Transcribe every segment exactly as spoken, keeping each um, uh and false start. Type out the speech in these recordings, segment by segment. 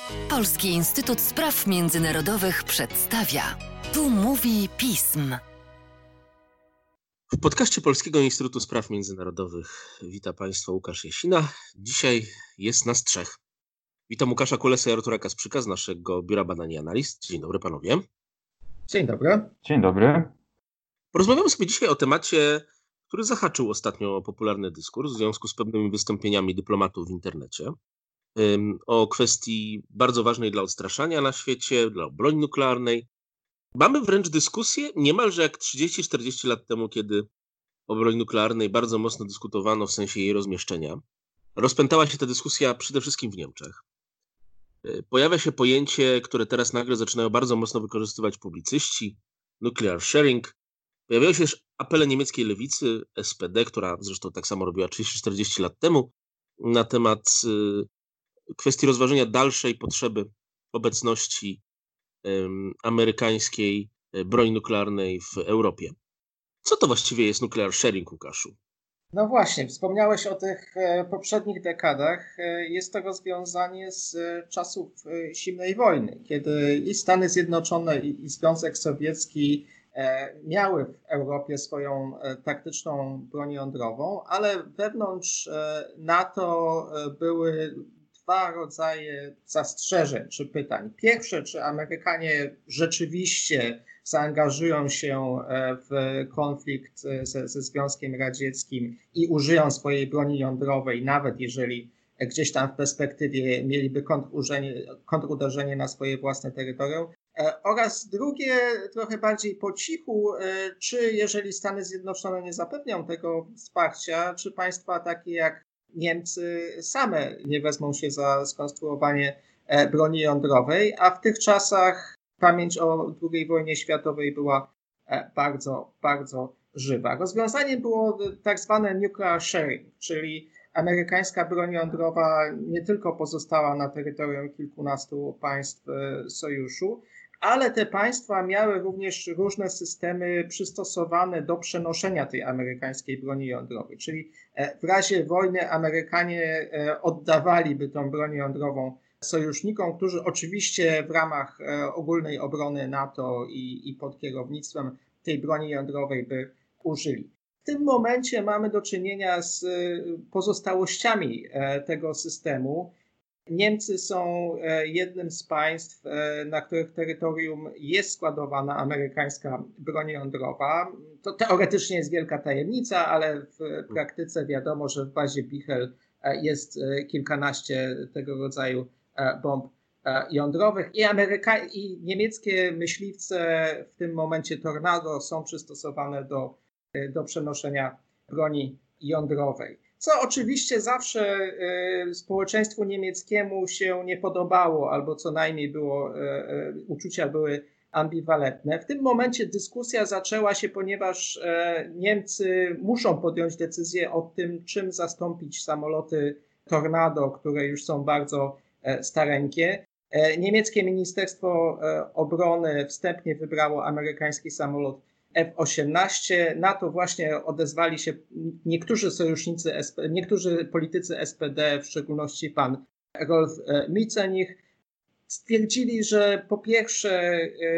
Polski Instytut Spraw Międzynarodowych przedstawia. Tu mówi pism. W podcaście Polskiego Instytutu Spraw Międzynarodowych wita Państwa Łukasz Jasina. Dzisiaj jest nas trzech. Witam Łukasza Kulesa i Artura Kasprzyka z naszego Biura Badań i Analiz. Dzień dobry panowie. Dzień dobry. Dzień dobry. Porozmawiamy sobie dzisiaj o temacie, który zahaczył ostatnio popularny dyskurs w związku z pewnymi wystąpieniami dyplomatów w internecie. O kwestii bardzo ważnej dla odstraszania na świecie, dla broni nuklearnej. Mamy wręcz dyskusję niemalże jak trzydzieści czterdzieści lat temu, kiedy o broni nuklearnej bardzo mocno dyskutowano w sensie jej rozmieszczenia. Rozpętała się ta dyskusja przede wszystkim w Niemczech. Pojawia się pojęcie, które teraz nagle zaczynają bardzo mocno wykorzystywać publicyści, nuclear sharing. Pojawiają się też apele niemieckiej lewicy, S P D, która zresztą tak samo robiła trzydzieści czterdzieści lat temu, na temat kwestii rozważenia dalszej potrzeby obecności um, amerykańskiej broni nuklearnej w Europie. Co to właściwie jest nuclear sharing, Łukaszu? No właśnie, wspomniałeś o tych poprzednich dekadach. Jest to rozwiązanie z czasów zimnej wojny, kiedy i Stany Zjednoczone, i Związek Sowiecki miały w Europie swoją taktyczną broń jądrową, ale wewnątrz NATO były dwa rodzaje zastrzeżeń czy pytań. Pierwsze, czy Amerykanie rzeczywiście zaangażują się w konflikt ze, ze Związkiem Radzieckim i użyją swojej broni jądrowej, nawet jeżeli gdzieś tam w perspektywie mieliby kontruderzenie, kontruderzenie na swoje własne terytorium. Oraz drugie, trochę bardziej po cichu, czy jeżeli Stany Zjednoczone nie zapewnią tego wsparcia, czy państwa takie jak Niemcy same nie wezmą się za skonstruowanie broni jądrowej, a w tych czasach pamięć o drugiej wojnie światowej była bardzo, bardzo żywa. Rozwiązaniem było tak zwane nuclear sharing, czyli amerykańska broń jądrowa nie tylko pozostała na terytorium kilkunastu państw sojuszu, ale te państwa miały również różne systemy przystosowane do przenoszenia tej amerykańskiej broni jądrowej. Czyli w razie wojny Amerykanie oddawaliby tą broń jądrową sojusznikom, którzy oczywiście w ramach ogólnej obrony NATO i, i pod kierownictwem tej broni jądrowej by użyli. W tym momencie mamy do czynienia z pozostałościami tego systemu. Niemcy są jednym z państw, na których terytorium jest składowana amerykańska broń jądrowa. To teoretycznie jest wielka tajemnica, ale w praktyce wiadomo, że w bazie Bichel jest kilkanaście tego rodzaju bomb jądrowych i, Ameryka- i niemieckie myśliwce, w tym momencie Tornado, są przystosowane do, do przenoszenia broni jądrowej. Co oczywiście zawsze y, społeczeństwu niemieckiemu się nie podobało, albo co najmniej było, y, y, uczucia były ambiwalentne. W tym momencie dyskusja zaczęła się, ponieważ y, Niemcy muszą podjąć decyzję o tym, czym zastąpić samoloty Tornado, które już są bardzo y, stareńkie. Y, niemieckie Ministerstwo y, Obrony wstępnie wybrało amerykański samolot F osiemnaście. Na to właśnie odezwali się niektórzy sojusznicy, niektórzy politycy S P D, w szczególności pan Rolf Mützenich. Stwierdzili, że po pierwsze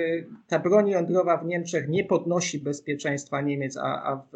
ta broń jądrowa w Niemczech nie podnosi bezpieczeństwa Niemiec, a, a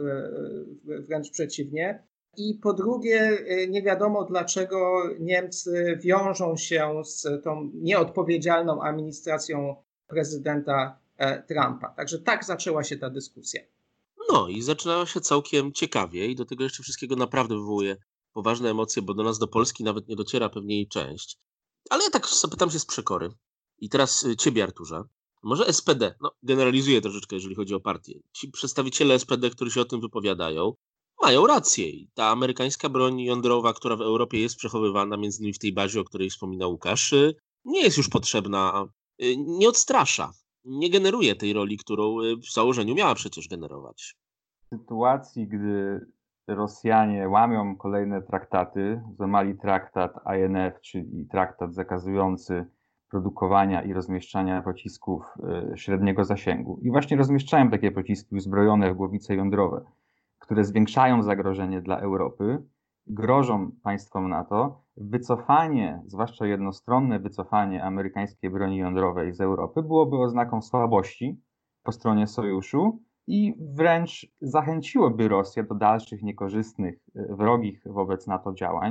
wręcz przeciwnie. I po drugie nie wiadomo, dlaczego Niemcy wiążą się z tą nieodpowiedzialną administracją prezydenta Trumpa. Także tak zaczęła się ta dyskusja. No i zaczynała się całkiem ciekawie i do tego jeszcze wszystkiego naprawdę wywołuje poważne emocje, bo do nas, do Polski nawet nie dociera pewnie jej część. Ale ja tak zapytam się z przekory. I teraz ciebie, Arturze. Może S P D, no generalizuję troszeczkę, jeżeli chodzi o partię. Ci przedstawiciele S P D, którzy się o tym wypowiadają, mają rację. I ta amerykańska broń jądrowa, która w Europie jest przechowywana, między innymi w tej bazie, o której wspominał Łukasz, nie jest już potrzebna, nie odstrasza. Nie generuje tej roli, którą w założeniu miała przecież generować. W sytuacji, gdy Rosjanie łamią kolejne traktaty, złamali traktat I N F, czyli traktat zakazujący produkowania i rozmieszczania pocisków średniego zasięgu. I właśnie rozmieszczają takie pociski uzbrojone w głowice jądrowe, które zwiększają zagrożenie dla Europy. grożą państwom NATO, wycofanie, zwłaszcza jednostronne wycofanie amerykańskiej broni jądrowej z Europy byłoby oznaką słabości po stronie sojuszu i wręcz zachęciłoby Rosję do dalszych niekorzystnych, wrogich wobec NATO działań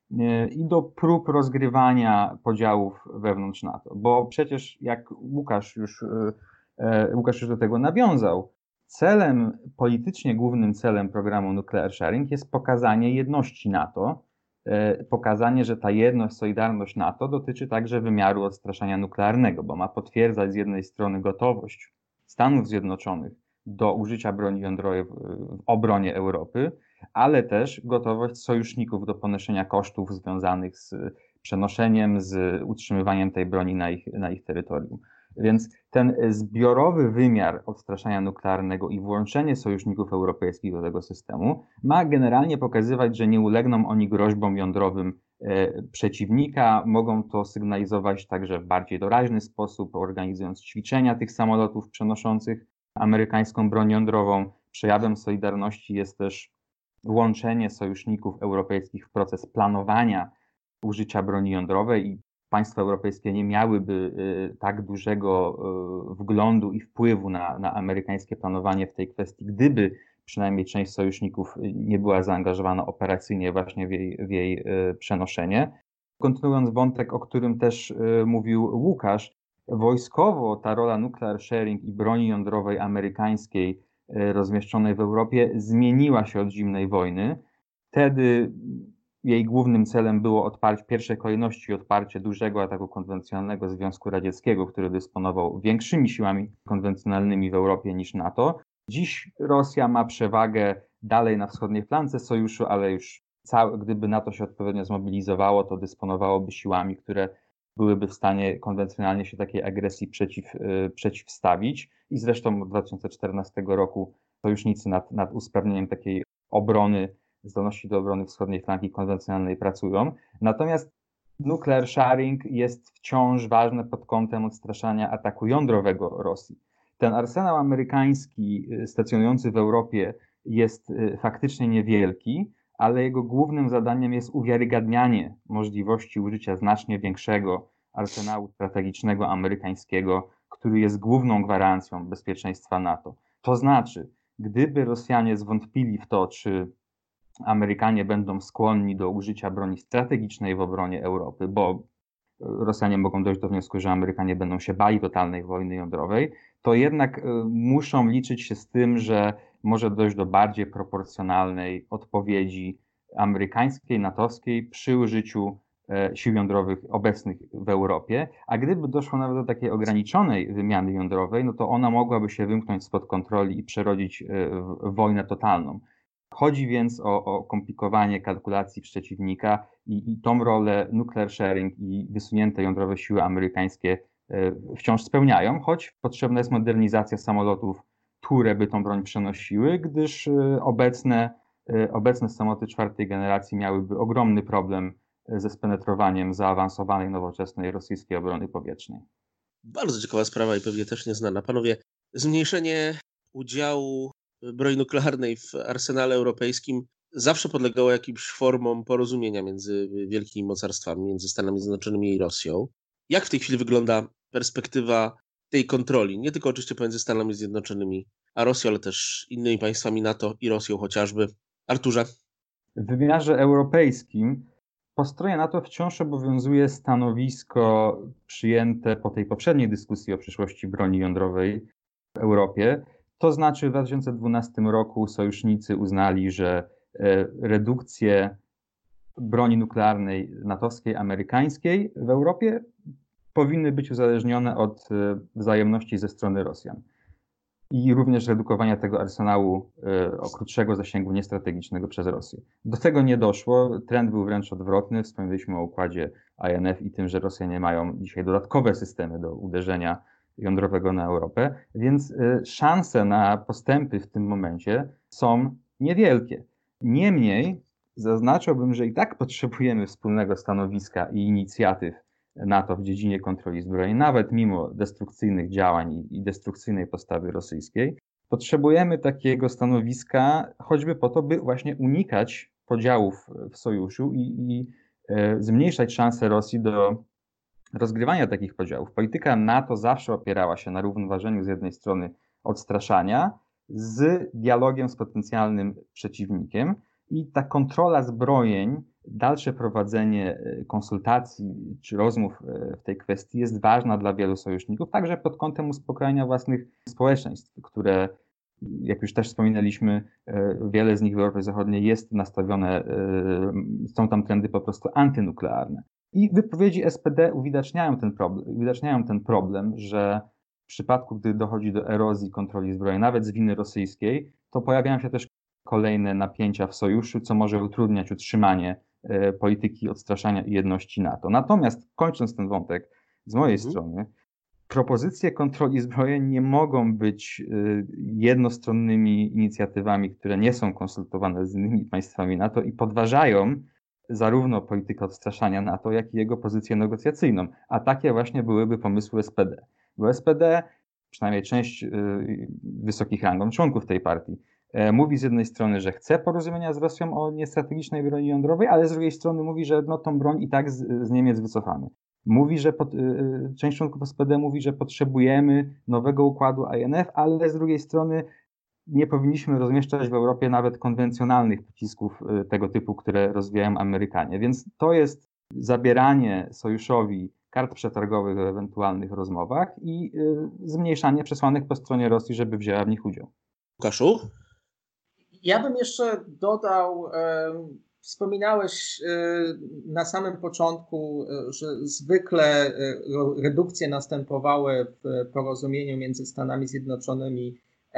i do prób rozgrywania podziałów wewnątrz NATO. Bo przecież, jak Łukasz już, Łukasz już do tego nawiązał, celem, politycznie głównym celem programu Nuclear Sharing jest pokazanie jedności NATO, pokazanie, że ta jedność, solidarność NATO dotyczy także wymiaru odstraszania nuklearnego, bo ma potwierdzać z jednej strony gotowość Stanów Zjednoczonych do użycia broni jądrowej w obronie Europy, ale też gotowość sojuszników do ponoszenia kosztów związanych z przenoszeniem, z utrzymywaniem tej broni na ich, na ich terytorium. Więc ten zbiorowy wymiar odstraszania nuklearnego i włączenie sojuszników europejskich do tego systemu ma generalnie pokazywać, że nie ulegną oni groźbom jądrowym przeciwnika. Mogą to sygnalizować także w bardziej doraźny sposób, organizując ćwiczenia tych samolotów przenoszących amerykańską broń jądrową. Przejawem solidarności jest też włączenie sojuszników europejskich w proces planowania użycia broni jądrowej i państwa europejskie nie miałyby tak dużego wglądu i wpływu na, na amerykańskie planowanie w tej kwestii, gdyby przynajmniej część sojuszników nie była zaangażowana operacyjnie właśnie w jej, w jej przenoszenie. Kontynuując wątek, o którym też mówił Łukasz, wojskowo ta rola nuclear sharing i broni jądrowej amerykańskiej rozmieszczonej w Europie zmieniła się od zimnej wojny. Wtedy jej głównym celem było odparcie, w pierwszej kolejności odparcie dużego ataku konwencjonalnego Związku Radzieckiego, który dysponował większymi siłami konwencjonalnymi w Europie niż NATO. Dziś Rosja ma przewagę dalej na wschodniej flance sojuszu, ale już całe, gdyby NATO się odpowiednio zmobilizowało, to dysponowałoby siłami, które byłyby w stanie konwencjonalnie się takiej agresji przeciw, yy, przeciwstawić. I zresztą od dwa tysiące czternastego roku sojusznicy nad, nad usprawnieniem takiej obrony, zdolności do obrony wschodniej flanki konwencjonalnej pracują. Natomiast nuclear sharing jest wciąż ważne pod kątem odstraszania ataku jądrowego Rosji. Ten arsenał amerykański stacjonujący w Europie jest faktycznie niewielki, ale jego głównym zadaniem jest uwiarygadnianie możliwości użycia znacznie większego arsenału strategicznego amerykańskiego, który jest główną gwarancją bezpieczeństwa NATO. To znaczy, gdyby Rosjanie zwątpili w to, czy Amerykanie będą skłonni do użycia broni strategicznej w obronie Europy, bo Rosjanie mogą dojść do wniosku, że Amerykanie będą się bali totalnej wojny jądrowej, to jednak muszą liczyć się z tym, że może dojść do bardziej proporcjonalnej odpowiedzi amerykańskiej, natowskiej przy użyciu sił jądrowych obecnych w Europie, a gdyby doszło nawet do takiej ograniczonej wymiany jądrowej, no to ona mogłaby się wymknąć spod kontroli i przerodzić w wojnę totalną. Chodzi więc o, o komplikowanie kalkulacji przeciwnika i, i tą rolę nuclear sharing i wysunięte jądrowe siły amerykańskie y, wciąż spełniają, choć potrzebna jest modernizacja samolotów, które by tą broń przenosiły, gdyż y, obecne, y, obecne samoloty czwartej generacji miałyby ogromny problem ze spenetrowaniem zaawansowanej, nowoczesnej rosyjskiej obrony powietrznej. Bardzo ciekawa sprawa i pewnie też nieznana. Panowie, zmniejszenie udziału broni nuklearnej w arsenale europejskim zawsze podlegało jakimś formom porozumienia między wielkimi mocarstwami, między Stanami Zjednoczonymi i Rosją. Jak w tej chwili wygląda perspektywa tej kontroli? Nie tylko oczywiście pomiędzy Stanami Zjednoczonymi a Rosją, ale też innymi państwami NATO i Rosją chociażby. Arturze? W wymiarze europejskim po stronie NATO wciąż obowiązuje stanowisko przyjęte po tej poprzedniej dyskusji o przyszłości broni jądrowej w Europie. To znaczy w dwa tysiące dwunastym roku sojusznicy uznali, że redukcje broni nuklearnej natowskiej, amerykańskiej w Europie powinny być uzależnione od wzajemności ze strony Rosjan. I również redukowania tego arsenału o krótszego zasięgu niestrategicznego przez Rosję. Do tego nie doszło. Trend był wręcz odwrotny. Wspomnieliśmy o układzie I N F i tym, że Rosjanie mają dzisiaj dodatkowe systemy do uderzenia jądrowego na Europę, więc szanse na postępy w tym momencie są niewielkie. Niemniej zaznaczyłbym, że i tak potrzebujemy wspólnego stanowiska i inicjatyw NATO w dziedzinie kontroli zbrojeń, nawet mimo destrukcyjnych działań i destrukcyjnej postawy rosyjskiej. Potrzebujemy takiego stanowiska choćby po to, by właśnie unikać podziałów w sojuszu i, i zmniejszać szanse Rosji do rozgrywania takich podziałów. Polityka NATO zawsze opierała się na równoważeniu z jednej strony odstraszania z dialogiem z potencjalnym przeciwnikiem i ta kontrola zbrojeń, dalsze prowadzenie konsultacji czy rozmów w tej kwestii jest ważna dla wielu sojuszników, także pod kątem uspokojenia własnych społeczeństw, które, jak już też wspominaliśmy, wiele z nich w Europie Zachodniej jest nastawione, są tam trendy po prostu antynuklearne. I wypowiedzi S P D uwidaczniają ten problem, uwidaczniają ten problem, że w przypadku, gdy dochodzi do erozji kontroli zbrojnej, nawet z winy rosyjskiej, to pojawiają się też kolejne napięcia w sojuszu, co może utrudniać utrzymanie polityki odstraszania i jedności NATO. Natomiast, kończąc ten wątek z mojej mhm. strony, propozycje kontroli zbrojeń nie mogą być jednostronnymi inicjatywami, które nie są konsultowane z innymi państwami NATO i podważają zarówno politykę odstraszania NATO, jak i jego pozycję negocjacyjną. A takie właśnie byłyby pomysły S P D. Bo S P D, przynajmniej część wysokich rangą członków tej partii, mówi z jednej strony, że chce porozumienia z Rosją o niestrategicznej broni jądrowej, ale z drugiej strony mówi, że no, tą broń i tak z, z Niemiec wycofamy. Mówi, że pod, część członków S P D mówi, że potrzebujemy nowego układu I N F, ale z drugiej strony nie powinniśmy rozmieszczać w Europie nawet konwencjonalnych pocisków tego typu, które rozwijają Amerykanie. Więc to jest zabieranie sojuszowi kart przetargowych w ewentualnych rozmowach i zmniejszanie przesłanek po stronie Rosji, żeby wzięła w nich udział. Łukaszu? Ja bym jeszcze dodał, wspominałeś na samym początku, że zwykle redukcje następowały w porozumieniu między Stanami Zjednoczonymi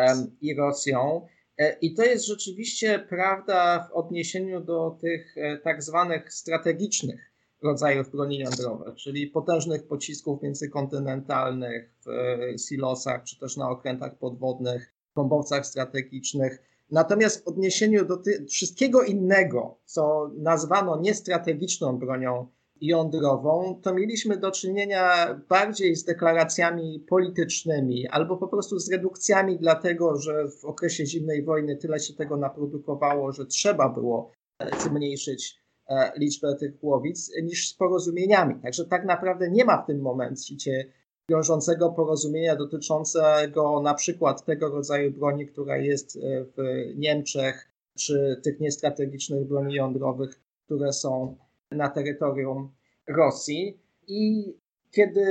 i Rosją. I to jest rzeczywiście prawda w odniesieniu do tych tak zwanych strategicznych rodzajów broni jądrowej, czyli potężnych pocisków międzykontynentalnych w silosach, czy też na okrętach podwodnych, bombowcach strategicznych. Natomiast w odniesieniu do ty- wszystkiego innego, co nazwano niestrategiczną bronią jądrową, to mieliśmy do czynienia bardziej z deklaracjami politycznymi albo po prostu z redukcjami, dlatego że w okresie zimnej wojny tyle się tego naprodukowało, że trzeba było zmniejszyć liczbę tych głowic, niż z porozumieniami. Także tak naprawdę nie ma w tym momencie wiążącego porozumienia dotyczącego na przykład tego rodzaju broni, która jest w Niemczech, czy tych niestrategicznych broni jądrowych, które są na terytorium Rosji. I kiedy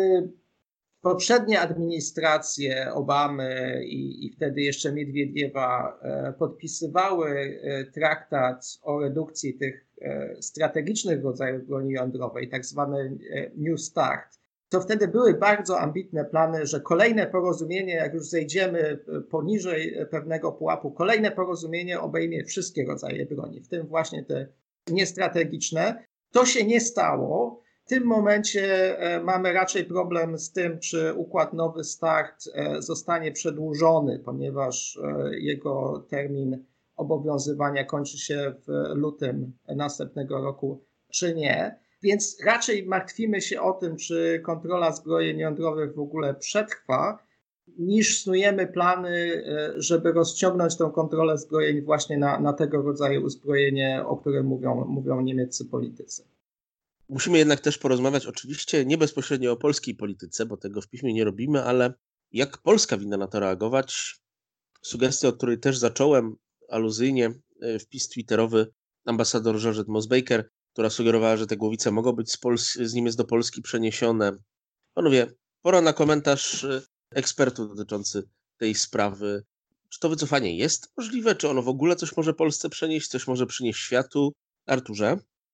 poprzednie administracje Obamy i, i wtedy jeszcze Miedwiediewa podpisywały traktat o redukcji tych strategicznych rodzajów broni jądrowej, tak zwany New Start, to wtedy były bardzo ambitne plany, że kolejne porozumienie, jak już zejdziemy poniżej pewnego pułapu, kolejne porozumienie obejmie wszystkie rodzaje broni, w tym właśnie te niestrategiczne. To się nie stało. W tym momencie mamy raczej problem z tym, czy układ Nowy Start zostanie przedłużony, ponieważ jego termin obowiązywania kończy się w lutym następnego roku, czy nie. Więc raczej martwimy się o tym, czy kontrola zbrojeń jądrowych w ogóle przetrwa, niż snujemy plany, żeby rozciągnąć tą kontrolę zbrojeń właśnie na, na tego rodzaju uzbrojenie, o którym mówią, mówią niemieccy politycy. Musimy jednak też porozmawiać oczywiście nie bezpośrednio o polskiej polityce, bo tego w piśmie nie robimy, ale jak Polska winna na to reagować? Sugestia, od której też zacząłem aluzyjnie, wpis twitterowy ambasador Georgette Mosbaker, która sugerowała, że te głowice mogą być z, Pols- z Niemiec do Polski przeniesione. Panowie, pora na komentarz ekspertów dotyczący tej sprawy. Czy to wycofanie jest możliwe? Czy ono w ogóle coś może Polsce przenieść? Coś może przynieść światu? Arturze?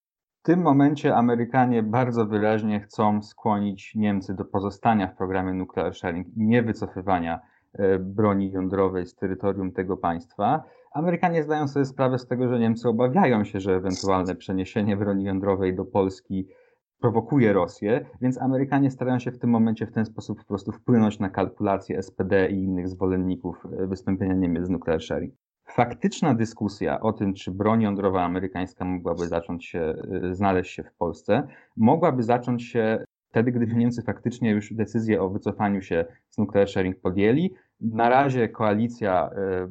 W tym momencie Amerykanie bardzo wyraźnie chcą skłonić Niemcy do pozostania w programie Nuclear Sharing i nie wycofywania broni jądrowej z terytorium tego państwa. Amerykanie zdają sobie sprawę z tego, że Niemcy obawiają się, że ewentualne przeniesienie broni jądrowej do Polski prowokuje Rosję, więc Amerykanie starają się w tym momencie w ten sposób po prostu wpłynąć na kalkulacje S P D i innych zwolenników wystąpienia Niemiec z Nuclear Sharing. Faktyczna dyskusja o tym, czy broń jądrowa amerykańska mogłaby zacząć się, znaleźć się w Polsce, mogłaby zacząć się wtedy, gdyby Niemcy faktycznie już decyzję o wycofaniu się z nuclear sharing podjęli. Na razie koalicja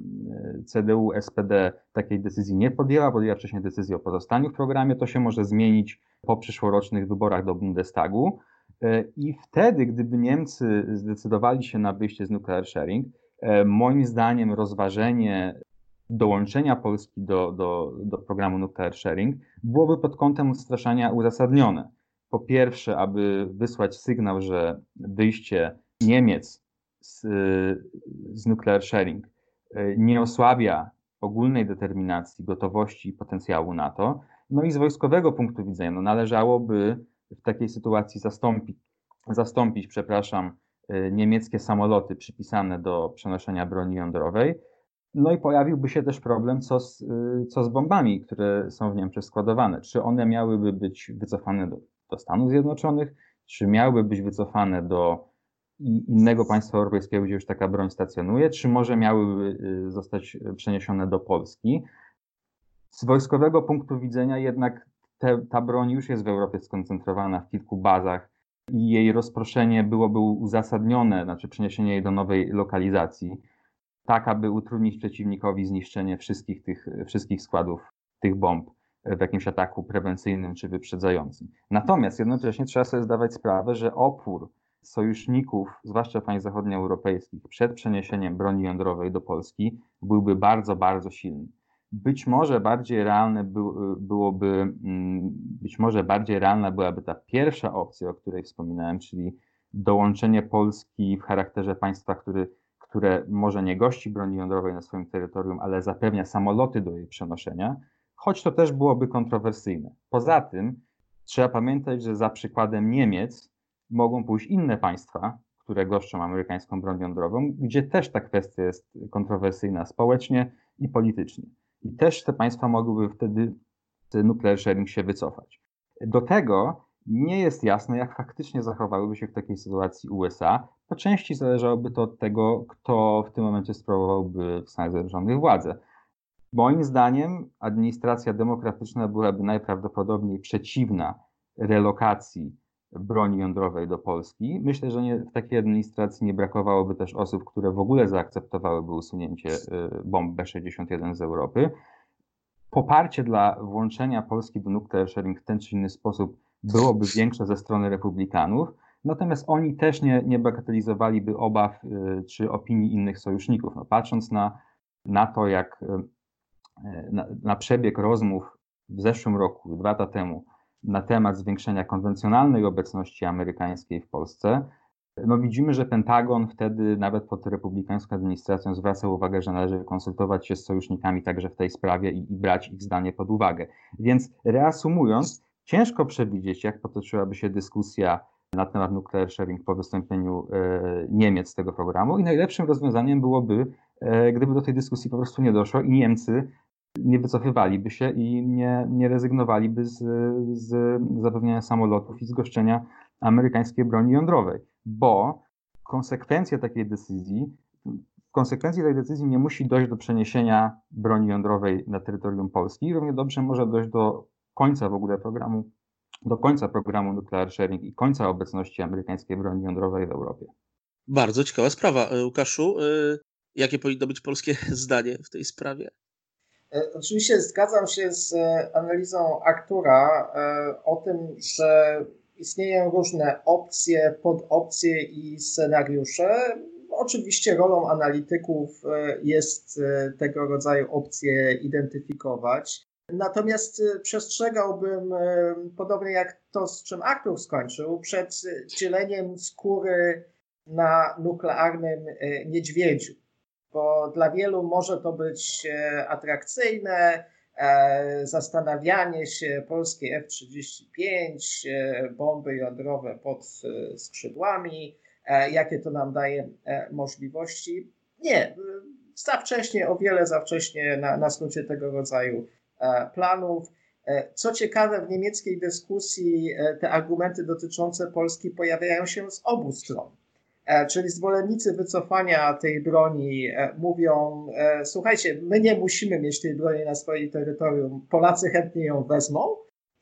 C D U S P D takiej decyzji nie podjęła, podjęła wcześniej decyzję o pozostaniu w programie. To się może zmienić po przyszłorocznych wyborach do Bundestagu. I wtedy, gdyby Niemcy zdecydowali się na wyjście z nuclear sharing, moim zdaniem rozważenie dołączenia Polski do, do, do programu nuclear sharing byłoby pod kątem odstraszania uzasadnione. Po pierwsze, aby wysłać sygnał, że wyjście Niemiec z, z nuclear sharing nie osłabia ogólnej determinacji, gotowości i potencjału NATO. No i z wojskowego punktu widzenia no należałoby w takiej sytuacji zastąpić, zastąpić, przepraszam, niemieckie samoloty przypisane do przenoszenia broni jądrowej. No i pojawiłby się też problem, co z, co z bombami, które są w Niemczech składowane. Czy one miałyby być wycofane do, do Stanów Zjednoczonych, czy miałyby być wycofane do innego państwa europejskiego, gdzie już taka broń stacjonuje, czy może miałyby zostać przeniesione do Polski. Z wojskowego punktu widzenia jednak te, ta broń już jest w Europie skoncentrowana w kilku bazach i jej rozproszenie byłoby uzasadnione, znaczy przeniesienie jej do nowej lokalizacji, tak aby utrudnić przeciwnikowi zniszczenie wszystkich tych wszystkich składów tych bomb w jakimś ataku prewencyjnym czy wyprzedzającym. Natomiast jednocześnie trzeba sobie zdawać sprawę, że opór sojuszników, zwłaszcza państw zachodnioeuropejskich, przed przeniesieniem broni jądrowej do Polski byłby bardzo, bardzo silny. Być może bardziej realne by, byłoby, być może bardziej realna byłaby ta pierwsza opcja, o której wspominałem, czyli dołączenie Polski w charakterze państwa, który, które może nie gości broni jądrowej na swoim terytorium, ale zapewnia samoloty do jej przenoszenia, choć to też byłoby kontrowersyjne. Poza tym trzeba pamiętać, że za przykładem Niemiec mogą pójść inne państwa, które goszczą amerykańską broń jądrową, gdzie też ta kwestia jest kontrowersyjna społecznie i politycznie. I też te państwa mogłyby wtedy z nuclear sharing się wycofać. Do tego nie jest jasne, jak faktycznie zachowałyby się w takiej sytuacji U S A. Po części zależałoby to od tego, kto w tym momencie sprawowałby w Stanach Zjednoczonych władzę. Moim zdaniem administracja demokratyczna byłaby najprawdopodobniej przeciwna relokacji broni jądrowej do Polski. Myślę, że nie, w takiej administracji nie brakowałoby też osób, które w ogóle zaakceptowałyby usunięcie bomb B sześćdziesiąt jeden z Europy. Poparcie dla włączenia Polski do nuclear sharing w ten czy inny sposób byłoby większe ze strony republikanów, natomiast oni też nie, nie bagatelizowaliby obaw czy opinii innych sojuszników. No, patrząc na, na to, jak na, na przebieg rozmów w zeszłym roku, dwa lata temu, na temat zwiększenia konwencjonalnej obecności amerykańskiej w Polsce, no widzimy, że Pentagon wtedy nawet pod republikańską administracją zwracał uwagę, że należy konsultować się z sojusznikami także w tej sprawie i, i brać ich zdanie pod uwagę. Więc reasumując, ciężko przewidzieć, jak potoczyłaby się dyskusja na temat nuclear sharing po wystąpieniu e, Niemiec z tego programu i najlepszym rozwiązaniem byłoby, e, gdyby do tej dyskusji po prostu nie doszło i Niemcy nie wycofywaliby się i nie, nie rezygnowaliby z, z zapewnienia samolotów i z goszczenia amerykańskiej broni jądrowej, bo konsekwencje takiej decyzji, w konsekwencji tej decyzji nie musi dojść do przeniesienia broni jądrowej na terytorium Polski, równie dobrze może dojść do końca w ogóle programu, do końca programu nuclear sharing i końca obecności amerykańskiej broni jądrowej w Europie. Bardzo ciekawa sprawa. Łukaszu, jakie powinno być polskie zdanie w tej sprawie? Oczywiście zgadzam się z analizą Artura o tym, że istnieją różne opcje, podopcje i scenariusze. Oczywiście rolą analityków jest tego rodzaju opcje identyfikować. Natomiast przestrzegałbym, podobnie jak to, z czym Artur skończył, przed dzieleniem skóry na nuklearnym niedźwiedziu. Bo dla wielu może to być atrakcyjne, zastanawianie się, polskie F trzydzieści pięć, bomby jądrowe pod skrzydłami, jakie to nam daje możliwości. Nie, za wcześnie, o wiele za wcześnie na, na snucie tego rodzaju planów. Co ciekawe, w niemieckiej dyskusji te argumenty dotyczące Polski pojawiają się z obu stron. Czyli zwolennicy wycofania tej broni mówią, słuchajcie, my nie musimy mieć tej broni na swoim terytorium, Polacy chętnie ją wezmą.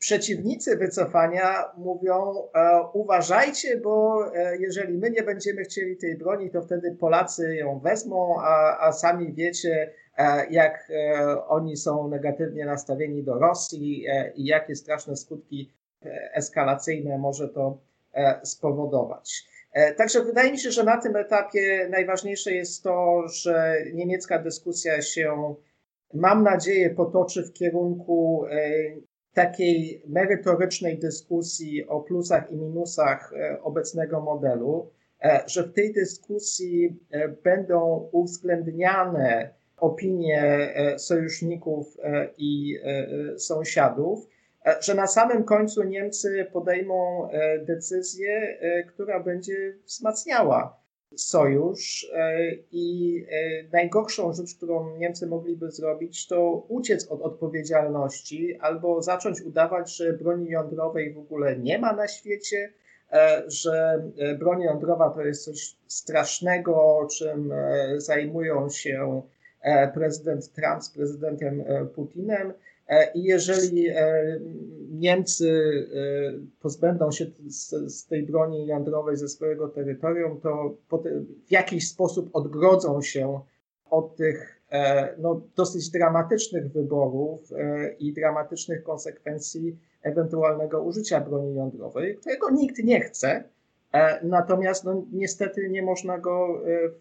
przeciwnicy wycofania mówią, e, uważajcie, bo e, jeżeli my nie będziemy chcieli tej broni, to wtedy Polacy ją wezmą, a, a sami wiecie, e, jak e, oni są negatywnie nastawieni do Rosji e, i jakie straszne skutki e, eskalacyjne może to e, spowodować. E, także wydaje mi się, że na tym etapie najważniejsze jest to, że niemiecka dyskusja się, mam nadzieję, potoczy w kierunku e, takiej merytorycznej dyskusji o plusach i minusach obecnego modelu, że w tej dyskusji będą uwzględniane opinie sojuszników i sąsiadów, że na samym końcu Niemcy podejmą decyzję, która będzie wzmacniała sojusz i najgorszą rzecz, którą Niemcy mogliby zrobić, to uciec od odpowiedzialności albo zacząć udawać, że broni jądrowej w ogóle nie ma na świecie, że broń jądrowa to jest coś strasznego, czym zajmują się prezydent Trump z prezydentem Putinem. I jeżeli Niemcy pozbędą się z, z tej broni jądrowej ze swojego terytorium, to w jakiś sposób odgrodzą się od tych no, dosyć dramatycznych wyborów i dramatycznych konsekwencji ewentualnego użycia broni jądrowej, którego nikt nie chce. Natomiast no, niestety nie można go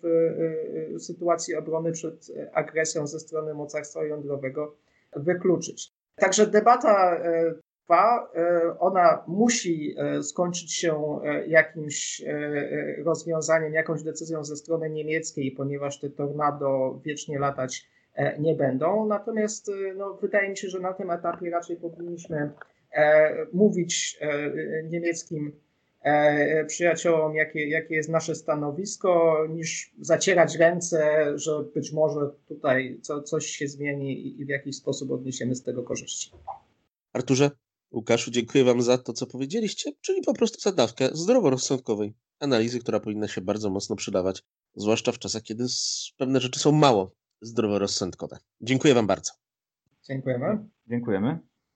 w sytuacji obrony przed agresją ze strony mocarstwa jądrowego wykluczyć. Także debata trwa, ona musi skończyć się jakimś rozwiązaniem, jakąś decyzją ze strony niemieckiej, ponieważ te tornado wiecznie latać nie będą. Natomiast no, wydaje mi się, że na tym etapie raczej powinniśmy mówić niemieckim przyjaciołom, jakie, jakie jest nasze stanowisko, niż zacierać ręce, że być może tutaj co, coś się zmieni i, i w jakiś sposób odniesiemy z tego korzyści. Arturze, Łukaszu, dziękuję wam za to, co powiedzieliście, czyli po prostu za dawkę zdroworozsądkowej analizy, która powinna się bardzo mocno przydawać, zwłaszcza w czasach, kiedy pewne rzeczy są mało zdroworozsądkowe. Dziękuję wam bardzo. Dziękujemy. Dziękujemy.